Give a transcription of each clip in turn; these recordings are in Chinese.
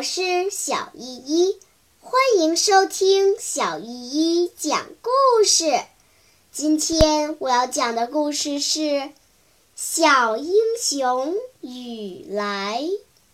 我是小依依，欢迎收听小依依讲故事。今天我要讲的故事是《小英雄雨来》。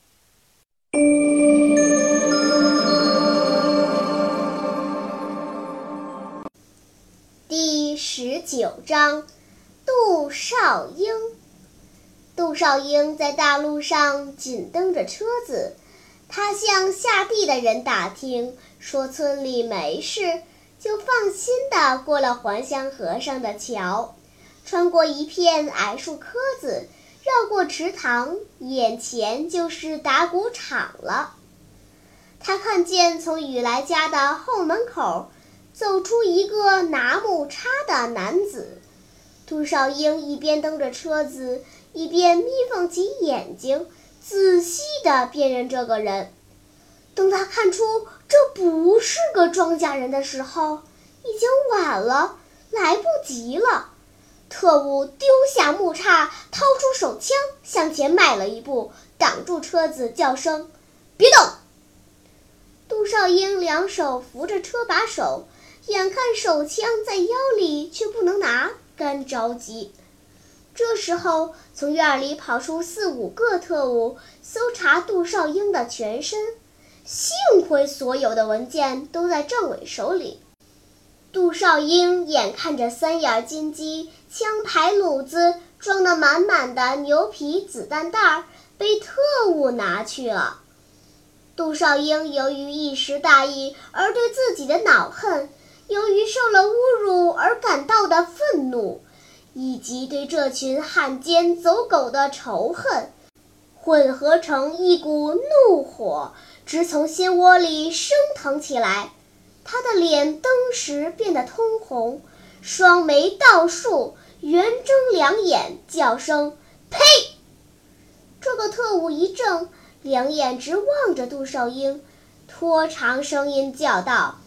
第19章，杜少英。杜少英在大路上紧蹬着车子，他向下地的人打听，说村里没事，就放心地过了还乡河上的桥，穿过一片矮树棵子，绕过池塘，眼前就是打谷场了。他看见从雨来家的后门口走出一个拿木叉的男子。杜少英一边蹬着车子，一边眯缝起眼睛，仔细地辨认这个人。等他看出这不是个庄稼人的时候，已经晚了，来不及了。特务丢下木叉，掏出手枪，向前迈了一步，挡住车子，叫声：“别动！”杜少英两手扶着车把手，眼看手枪在腰里却不能拿，干着急。这时候，从院里跑出4、5个特务，搜查杜少英的全身。幸亏所有的文件都在政委手里。杜少英眼看着3眼金鸡、枪牌卤子装得满满的牛皮子弹袋被特务拿去了。杜少英由于一时大意而对自己的恼恨，由于受了侮辱而感到的愤怒，以及对这群汉奸走狗的仇恨，混合成一股怒火，直从心窝里升腾起来。他的脸登时变得通红，双眉倒竖，圆睁两眼，叫声：“呸！”这个特务一怔，两眼直望着杜少英，拖长声音叫道：“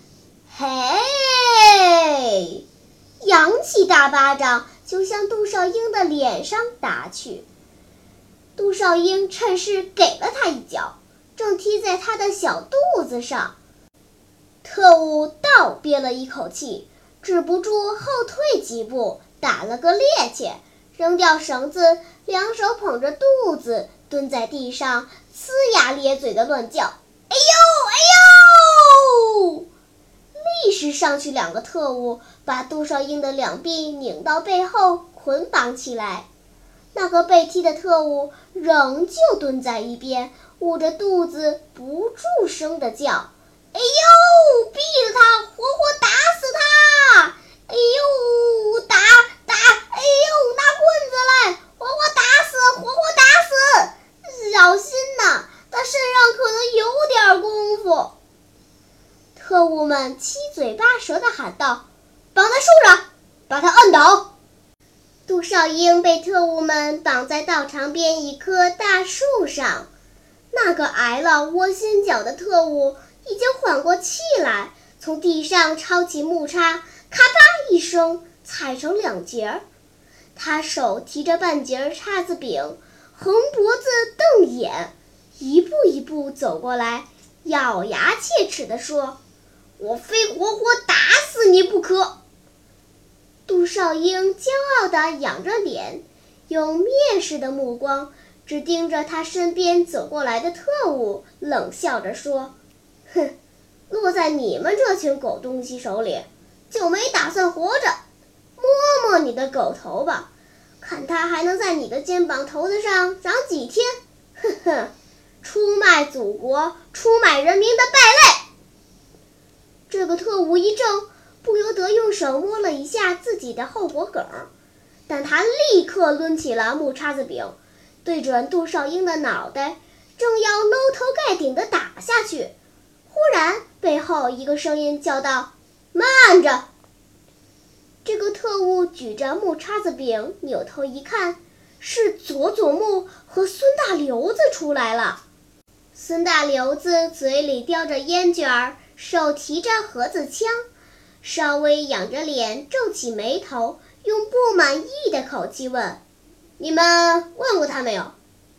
嘿！”扬起大巴掌就向杜少英的脸上打去。杜少英趁势给了他一脚，正踢在他的小肚子上。特务倒憋了一口气，止不住后退几步，打了个趔趄，扔掉绳子，两手捧着肚子，蹲在地上，呲牙咧嘴的乱叫：“哎呦哎呦！”立时上去2个特务，把杜少英的两臂拧到背后，捆绑起来。那个被踢的特务仍旧蹲在一边，捂着肚子，不住声地叫：“哎呦，毙了他，活活打死他！哎呦，打！哎呦，拿棍子来，活活打死，活活打死！小心呐，他身上可能有点功夫。”特务们七嘴八舌地喊道：“绑在树上，把他摁倒！”杜少英被特务们绑在道场边一棵大树上。那个挨了窝心脚的特务已经缓过气来，从地上抄起木叉，咔嗒一声踩成2截。他手提着半截叉子柄，横脖子瞪眼，一步一步走过来，咬牙切齿地说：“我非活活打死你不可！”杜少英骄傲地仰着脸，用蔑视的目光只盯着他身边走过来的特务，冷笑着说：“哼，落在你们这群狗东西手里，就没打算活着。摸摸你的狗头吧，看它还能在你的肩膀头子上长几天！哼哼，出卖祖国、出卖人民的败类！”这个特务一怔，不由得用手摸了一下自己的后脖梗，但他立刻抡起了木叉子柄，对准杜少英的脑袋，正要搂头盖顶地打下去。忽然背后一个声音叫道：“慢着！”这个特务举着木叉子柄，扭头一看，是佐佐木和孙大瘤子出来了。孙大瘤子嘴里叼着烟卷，手提着盒子枪，稍微仰着脸，皱起眉头，用不满意的口气问：“你们问过他没有？”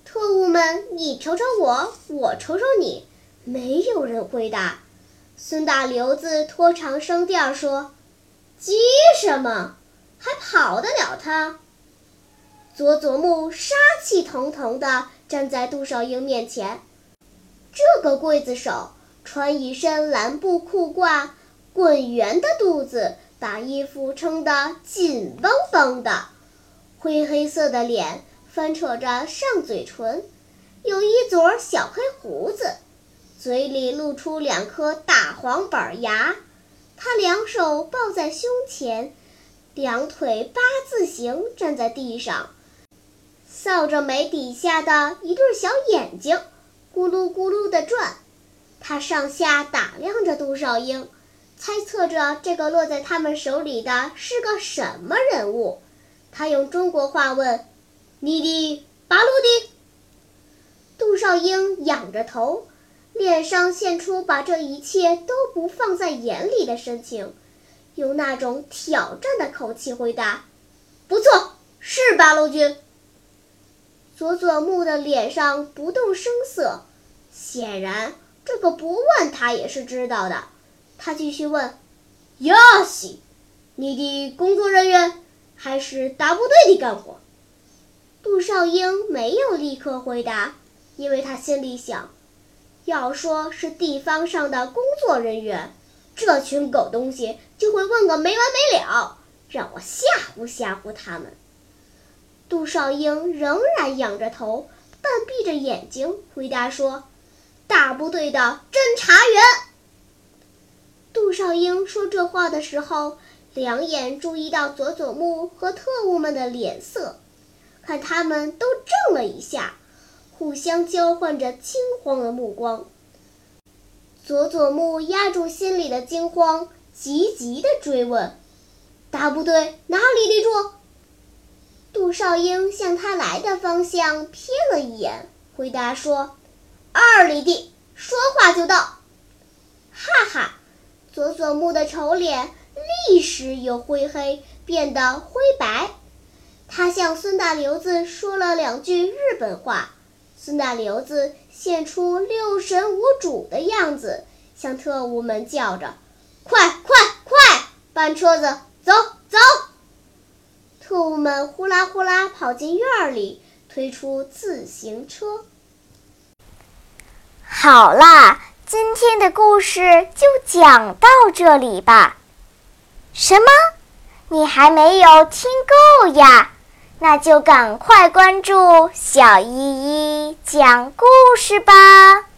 特务们你瞅瞅我，我瞅瞅你，没有人回答。孙大瘤子拖长声调说：“急什么？还跑得了他？”佐佐木杀气腾腾地站在杜少英面前。这个刽子手穿一身蓝布裤褂，滚圆的肚子把衣服撑得紧绷绷的，灰黑色的脸翻扯着上嘴唇，有一撮小黑胡子，嘴里露出2颗大黄板牙。他2手抱在胸前，2腿8字形站在地上，扫着眉底下的一对小眼睛咕噜咕噜地转。他上下打量着杜少英，猜测着这个落在他们手里的是个什么人物。他用中国话问：“你的八路的？”杜少英仰着头，脸上现出把这一切都不放在眼里的神情，用那种挑战的口气回答：“不错，是八路军。”佐佐木的脸上不动声色，显然这个不问他也是知道的。他继续问：“亚西，你的工作人员还是大部队的干活？”杜少英没有立刻回答，因为他心里想，要说是地方上的工作人员，这群狗东西就会问个没完没了，让我吓唬吓唬他们。杜少英仍然仰着头，半闭着眼睛回答说：“大部队的侦查员。”杜少英说这话的时候，2眼注意到佐佐木和特务们的脸色，看他们都怔了一下，互相交换着惊慌的目光。佐佐木压住心里的惊慌，急急地追问：“大部队哪里的住？”杜少英向他来的方向瞥了一眼，回答说：“2里地，说话就到。”哈哈，佐佐木的丑脸立时由灰黑变得灰白。他向孙大瘤子说了2句日本话，孙大瘤子现出6神无主的样子，向特务们叫着：“快快快，搬车子，走走！”特务们呼啦呼啦跑进院里，推出自行车。 好啦，今天的故事就讲到这里吧。什么？你还没有听够呀？那就赶快关注小依依讲故事吧。